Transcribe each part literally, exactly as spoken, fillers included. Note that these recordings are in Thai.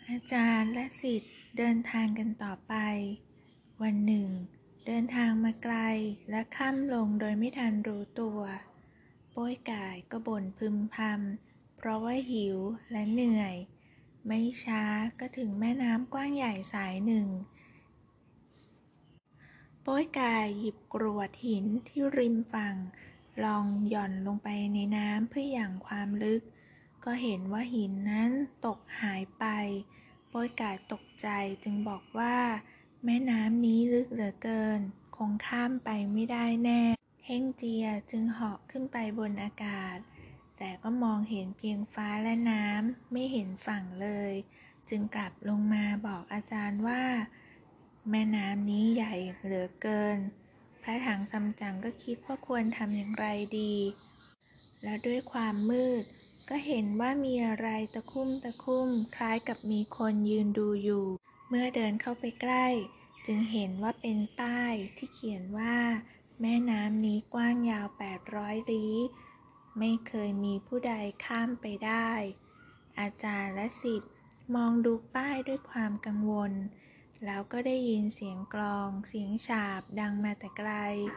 อาจารย์และศิษย์เดินทางกันต่อไปวันหนึ่งเดินทางมาไกลและค่ำลงโดยไม่ทันรู้ตัวโป้ยก่ายก็บ่นพึมพำเพราะว่าหิวและเหนื่อยไม่ช้าก็ถึงแม่น้ำกว้างใหญ่สายหนึ่งโป้ยก่ายหยิบกรวดหินที่ริมฝั่งลองหย่อนลงไปในน้ำเพื่อหยั่งความลึกก็เห็นว่าหินนั้นตกหายไปโป้ยก่ายตกใจจึงบอกว่าแม่น้ำนี้ลึกเหลือเกินคงข้ามไปไม่ได้แน่เฮ่งเจียจึงเหาะขึ้นไปบนอากาศแต่ก็มองเห็นเพียงฟ้าและน้ำไม่เห็นฝั่งเลยจึงกลับลงมาบอกอาจารย์ว่าแม่น้ำนี้ใหญ่เหลือเกินพระถังซัมจั๋งก็คิดว่าควรทำอย่างไรดีแล้วด้วยความมืดก็เห็นว่ามีอะไรตะคุ่มตะคุ่มคล้ายกับมีคนยืนดูอยู่เมื่อเดินเข้าไปใกล้จึงเห็นว่าเป็นป้ายที่เขียนว่าแม่น้ำนี้กว้างยาวแปดร้อยลี้ไม่เคยมีผู้ใดข้ามไปได้อาจารย์และศิษย์มองดูป้ายด้วยความกังวลแล้วก็ได้ยินเสียงกลองเสียงฉาบดังมาแต่ไกล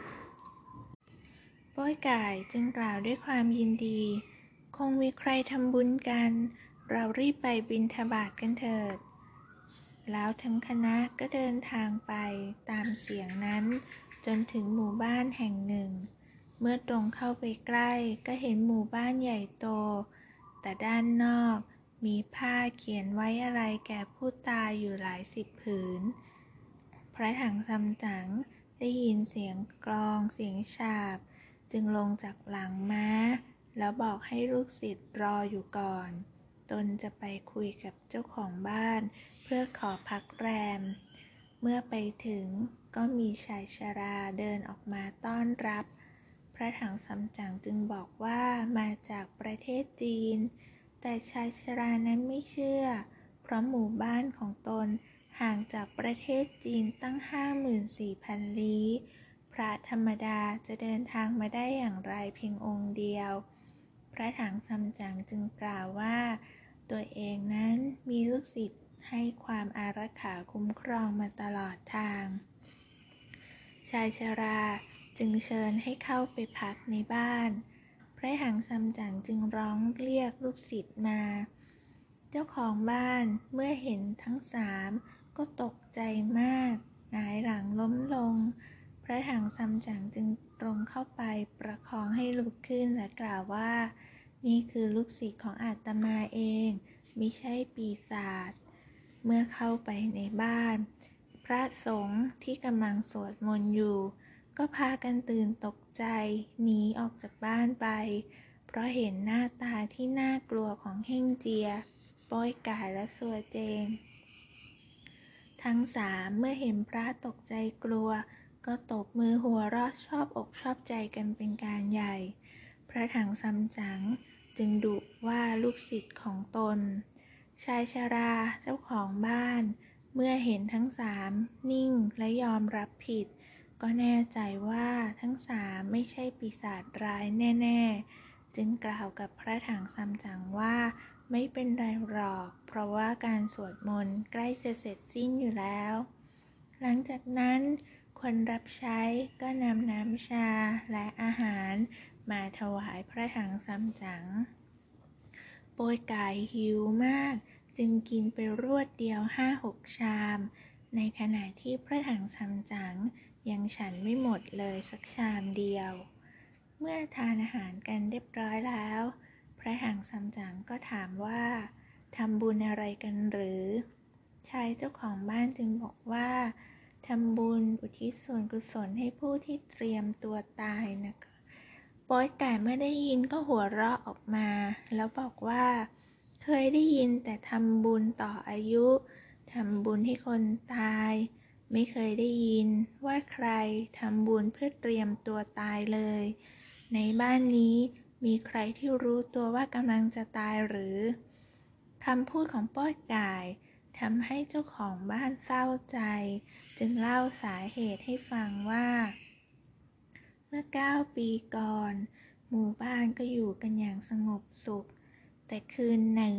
โป้ยก่ายจึงกล่าวด้วยความยินดีคงมีใครทำบุญกันเรารีบไปบิณฑบาตกันเถิดแล้วทั้งคณะก็เดินทางไปตามเสียงนั้นจนถึงหมู่บ้านแห่งหนึ่งเมื่อตรงเข้าไปใกล้ก็เห็นหมู่บ้านใหญ่โตแต่ด้านนอกมีผ้าเขียนไว้อะไรแก่ผู้ตายอยู่หลายสิบผืนพระถังซัมจั๋งได้ยินเสียงกลองเสียงฉาบจึงลงจากหลังม้าแล้วบอกให้ลูกศิษย์รออยู่ก่อนตนจะไปคุยกับเจ้าของบ้านเพื่อขอพักแรมเมื่อไปถึงก็มีชายชราเดินออกมาต้อนรับพระถังซัมจั๋งจึงบอกว่ามาจากประเทศจีนแต่ชายชรานั้นไม่เชื่อเพราะหมู่บ้านของตนห่างจากประเทศจีนตั้ง ห้าหมื่นสี่พัน ลี้พระธรรมดาจะเดินทางมาได้อย่างไรเพียงองค์เดียวพระถังซัมจั๋งจึงกล่าวว่าตัวเองนั้นมีลูกศิษย์ให้ความอารักขาคุ้มครองมาตลอดทางชายชราจึงเชิญให้เข้าไปพักในบ้านพระถังซัมจั๋งจึงร้องเรียกลูกศิษย์มาเจ้าของบ้านเมื่อเห็นทั้งสามก็ตกใจมากหงายหลังล้มลงพระถังซัมจั๋งจึงตรงเข้าไปประคองให้ลุกขึ้นและกล่าวว่านี่คือลูกศิษย์ของอาตมาเองมิใช่ปีศาจเมื่อเข้าไปในบ้านพระสงฆ์ที่กำลังสวดมนต์อยู่ก็พากันตื่นตกใจหนีออกจากบ้านไปเพราะเห็นหน้าตาที่น่ากลัวของเฮ่งเจียโป้ยก่ายและซัวเจงทั้งสามเมื่อเห็นพระตกใจกลัวก็ตบมือหัวเราะชอบอกชอบใจกันเป็นการใหญ่พระถังซัมจั๋งจึงดุว่าลูกศิษย์ของตนชายชราเจ้าของบ้านเมื่อเห็นทั้งสามนิ่งและยอมรับผิดก็แน่ใจว่าทั้งสามไม่ใช่ปีศาจร้ายแน่ๆจึงกล่าวกับพระถังซัมจั๋งว่าไม่เป็นไรหรอกเพราะว่าการสวดมนต์ใกล้จะเสร็จสิ้นอยู่แล้วหลังจากนั้นคนรับใช้ก็นำน้ำชาและอาหารมาถวายพระถังซัมจั๋งโป้ยก่ายหิวมากจึงกินไปรวดเดียวห้าหกชามในขณะที่พระถังซัมจั๋งยังฉันไม่หมดเลยสักชามเดียวเมื่อทานอาหารกันเรียบร้อยแล้วพระถังซัมจั๋งก็ถามว่าทำบุญอะไรกันหรือชายเจ้าของบ้านจึงบอกว่าทำบุญอุทิศส่วนกุศลให้ผู้ที่เตรียมตัวตายนะคะโป๊ยก่ายเมื่อได้ยินก็หัวเราะออกมาแล้วบอกว่าเคยได้ยินแต่ทำบุญต่ออายุทำบุญให้คนตายไม่เคยได้ยินว่าใครทำบุญเพื่อเตรียมตัวตายเลยในบ้านนี้มีใครที่รู้ตัวว่ากำลังจะตายหรือคำพูดของโป๊ยก่ายทำให้เจ้าของบ้านเศร้าใจจึงเล่าสาเหตุให้ฟังว่าเมื่อเก้าปีก่อนหมู่บ้านก็อยู่กันอย่างสงบสุขแต่คืนหนึ่ง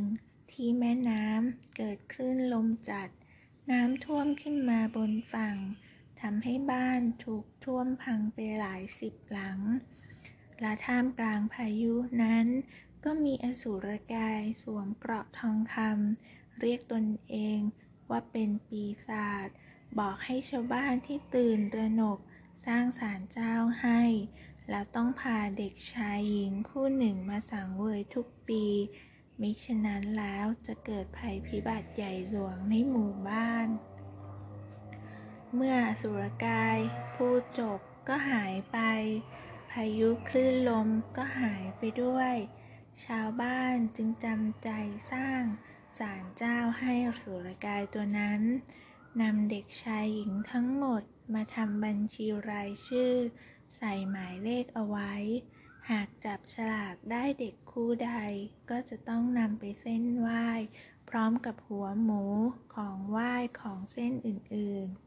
ที่แม่น้ำเกิดคลื่นลมจัดน้ำท่วมขึ้นมาบนฝั่งทำให้บ้านถูกท่วมพังไปหลายสิบหลังและท่ามกลางพายุนั้นก็มีอสูรกายสวมเกราะทองคำเรียกตนเองว่าเป็นปีศาจบอกให้ชาวบ้านที่ตื่นตระหนกสร้างศาลเจ้าให้แล้วต้องพาเด็กชายหญิงคู่หนึ่งมาสังเวยทุกปีมิฉะนั้นแล้วจะเกิดภัยพิบัติใหญ่หลวงในหมู่บ้านเมื่ออสุรกายพูดจบก็หายไปพายุคลื่นลมก็หายไปด้วยชาวบ้านจึงจำใจสร้างศาลเจ้าให้อสุรกายตัวนั้นนำเด็กชายหญิงทั้งหมดมาทำบัญชีรายชื่อใส่หมายเลขเอาไว้หากจับฉลากได้เด็กคู่ใดก็จะต้องนำไปเส้นไหว้พร้อมกับหัวหมูของไหว้ของเส้นอื่น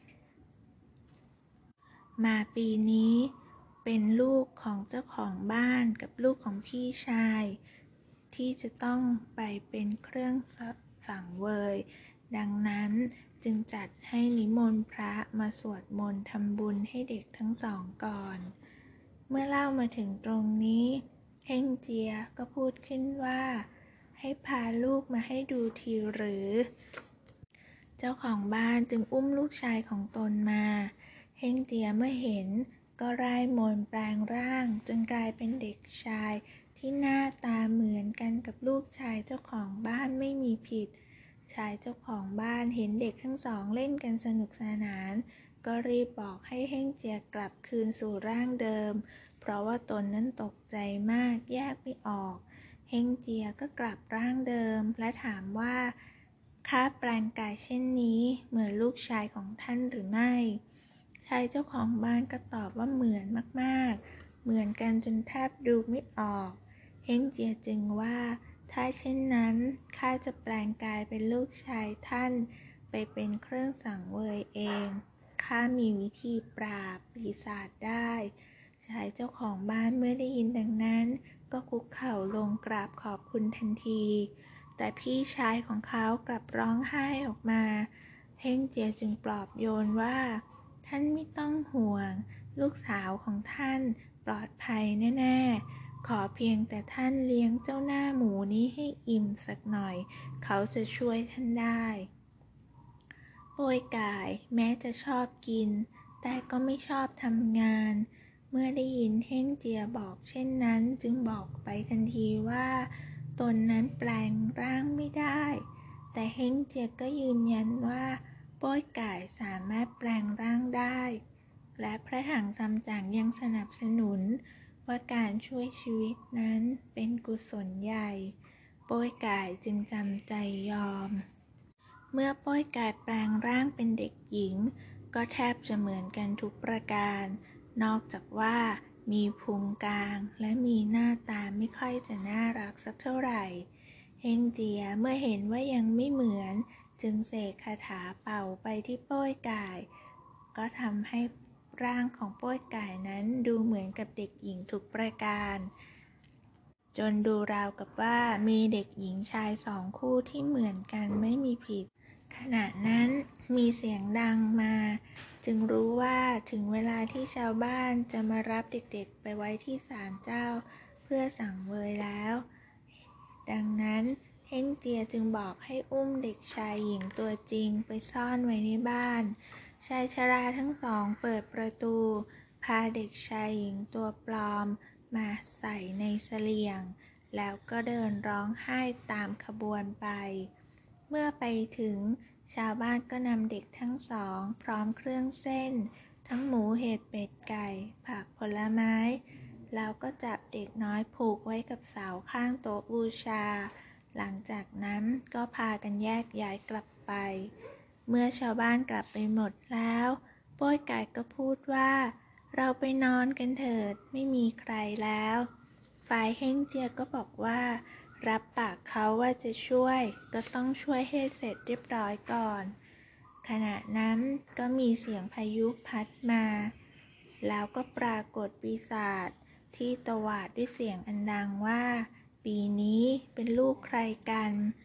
ๆมาปีนี้เป็นลูกของเจ้าของบ้านกับลูกของพี่ชายที่จะต้องไปเป็นเครื่องสังเวยดังนั้นจึงจัดให้นิมนต์พระมาสวดมนต์ทำบุญให้เด็กทั้งสองก่อนเมื่อเล่ามาถึงตรงนี้เฮงเจียก็พูดขึ้นว่าให้พาลูกมาให้ดูทีหรือเจ้าของบ้านจึงอุ้มลูกชายของตนมาเฮงเจียเมื่อเห็นก็ร่ายมนต์แปลงร่างจนกลายเป็นเด็กชายที่หน้าตาเหมือนกันกับลูกชายเจ้าของบ้านไม่มีผิดชายเจ้าของบ้านเห็นเด็กทั้งสองเล่นกันสนุกสนานก็รีบบอกให้เฮงเจียกลับคืนสู่ร่างเดิมเพราะว่าตนนั้นตกใจมากแยกไม่ออกเฮงเจียก็กลับร่างเดิมและถามว่าข้าแปลงกายเช่นนี้เหมือนลูกชายของท่านหรือไม่ชายเจ้าของบ้านก็ตอบว่าเหมือนมากๆเหมือนกันจนแทบดูไม่ออกเฮงเจียจึงว่าถ้าเช่นนั้นข้าจะแปลงกายเป็นลูกชายท่านไปเป็นเครื่องสังเวยเองข้ามีวิธีปราบปีศาจได้ชายเจ้าของบ้านเมื่อได้ยินดังนั้นก็คุกเข่าลงกราบขอบคุณทันทีแต่พี่ชายของเขากลับร้องไห้ออกมาเฮงเจียจึงปลอบโยนว่าท่านไม่ต้องห่วงลูกสาวของท่านปลอดภัยแน่ๆขอเพียงแต่ท่านเลี้ยงเจ้าหน้าหมูนี้ให้อิ่มสักหน่อยเขาจะช่วยท่านได้โป้ยก่ายแม้จะชอบกินแต่ก็ไม่ชอบทำงานเมื่อได้ยินเฮ่งเจียบอกเช่นนั้นจึงบอกไปทันทีว่าตนนั้นแปลงร่างไม่ได้แต่เฮ่งเจียก็ยืนยันว่าโป้ยก่ายสามารถแปลงร่างได้และพระถังซัมจั๋งยังสนับสนุนว่าการช่วยชีวิตนั้นเป็นกุศลใหญ่โป้ยก่ายจึงจำใจยอมเมื่อโป้ยก่ายแปลงร่างเป็นเด็กหญิงก็แทบจะเหมือนกันทุกประการนอกจากว่ามีพุงกลางและมีหน้าตาไม่ค่อยจะน่ารักสักเท่าไหร่เฮงเจียเมื่อเห็นว่ายังไม่เหมือนจึงเสกคาถาเป่าไปที่โป้ยก่ายก็ทำให้ร่างของโป้ยก่ายนั้นดูเหมือนกับเด็กหญิงทุกประการจนดูราวกับว่ามีเด็กหญิงชายสองคู่ที่เหมือนกันไม่มีผิดขณะนั้นมีเสียงดังมาจึงรู้ว่าถึงเวลาที่ชาวบ้านจะมารับเด็กๆไปไว้ที่ศาลเจ้าเพื่อสังเวยแล้วดังนั้นเฮ่งเจียจึงบอกให้อุ้มเด็กชายหญิงตัวจริงไปซ่อนไว้ในบ้านชายชราทั้งสองเปิดประตูพาเด็กชายหญิงตัวปลอมมาใส่ในเสลี่ยงแล้วก็เดินร้องไห้ตามขบวนไปเมื่อไปถึงชาวบ้านก็นำเด็กทั้งสองพร้อมเครื่องเส้นทั้งหมูเห็ดเป็ดไก่ผักผลไม้แล้วก็จับเด็กน้อยผูกไว้กับเสาข้างโต๊ะบูชาหลังจากนั้นก็พากันแยกย้ายกลับไปเมื่อชาวบ้านกลับไปหมดแล้วโป้ยไก่ก็พูดว่าเราไปนอนกันเถิดไม่มีใครแล้วฝ่ายเฮงเจียก็บอกว่ารับปากเขาว่าจะช่วยก็ต้องช่วยให้เสร็จเรียบร้อยก่อนขณะนั้นก็มีเสียงพายุพัดมาแล้วก็ปรากฏปีศาจที่ตวาดด้วยเสียงอันดังว่าปีนี้เป็นลูกใครกัน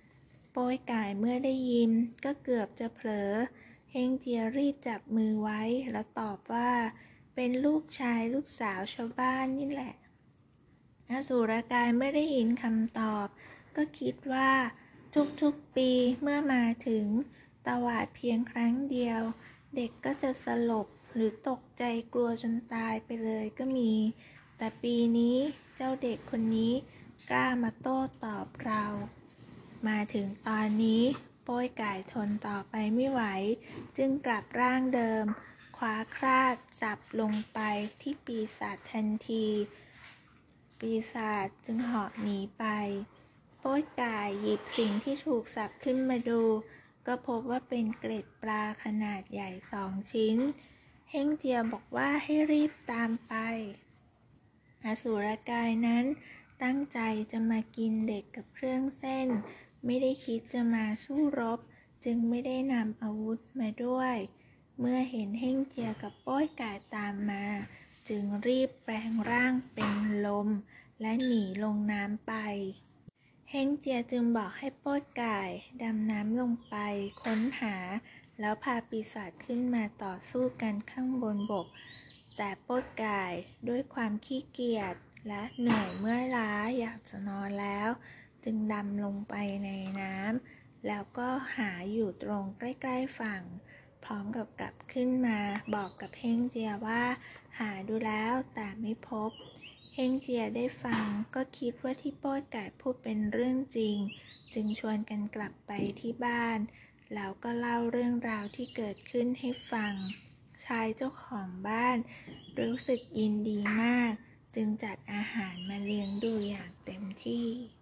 โป้ยก่ายเมื่อได้ยินก็เกือบจะเผลอเฮงเจียรีบจับมือไว้แล้วตอบว่าเป็นลูกชายลูกสาวชาวบ้านนี่แหละอสูรกายเมื่อได้ยินคำตอบก็คิดว่าทุกๆปีเมื่อมาถึงตวาดเพียงครั้งเดียวเด็กก็จะสลบหรือตกใจกลัวจนตายไปเลยก็มีแต่ปีนี้เจ้าเด็กคนนี้กล้ามาโต้ตอบเรามาถึงตอนนี้โป้ยก่ายทนต่อไปไม่ไหวจึงกลับร่างเดิมคว้าคราดจับลงไปที่ปีศาจทันทีปีศาจจึงเหาะหนีไปโป้ยก่ายหยิบสิ่งที่ถูกสับขึ้นมาดูก็พบว่าเป็นเกล็ดปลาขนาดใหญ่สองชิ้นเฮงเจียบอกว่าให้รีบตามไปอสูรกายนั้นตั้งใจจะมากินเด็กกับเครื่องเส้นไม่ได้คิดจะมาสู้รบจึงไม่ได้นำอาวุธมาด้วยเมื่อเห็นเฮงเจียกับโป้ยก่ายตามมาจึงรีบแปลงร่างเป็นลมและหนีลงน้ำไปเฮงเจียจึงบอกให้โป้ยก่ายดำน้ำลงไปค้นหาแล้วพาปีศาจขึ้นมาต่อสู้กันข้างบนบกแต่โป้ยก่ายด้วยความขี้เกียจและเหนื่อยเมื่อยล้าอยากจะนอนแล้วจึงดำลงไปในน้ำแล้วก็หาอยู่ตรงใกล้ๆฝั่งพร้อมกับกลับขึ้นมาบอกกับเฮงเจียว่าหาดูแล้วแต่ไม่พบเฮงเจียได้ฟังก็คิดว่าที่โป้ยก่ายพูดเป็นเรื่องจริงจึงชวนกันกลับไปที่บ้านแล้วก็เล่าเรื่องราวที่เกิดขึ้นให้ฟังชายเจ้าของบ้านรู้สึกยินดีมากจึงจัดอาหารมาเลี้ยงดูอย่างเต็มที่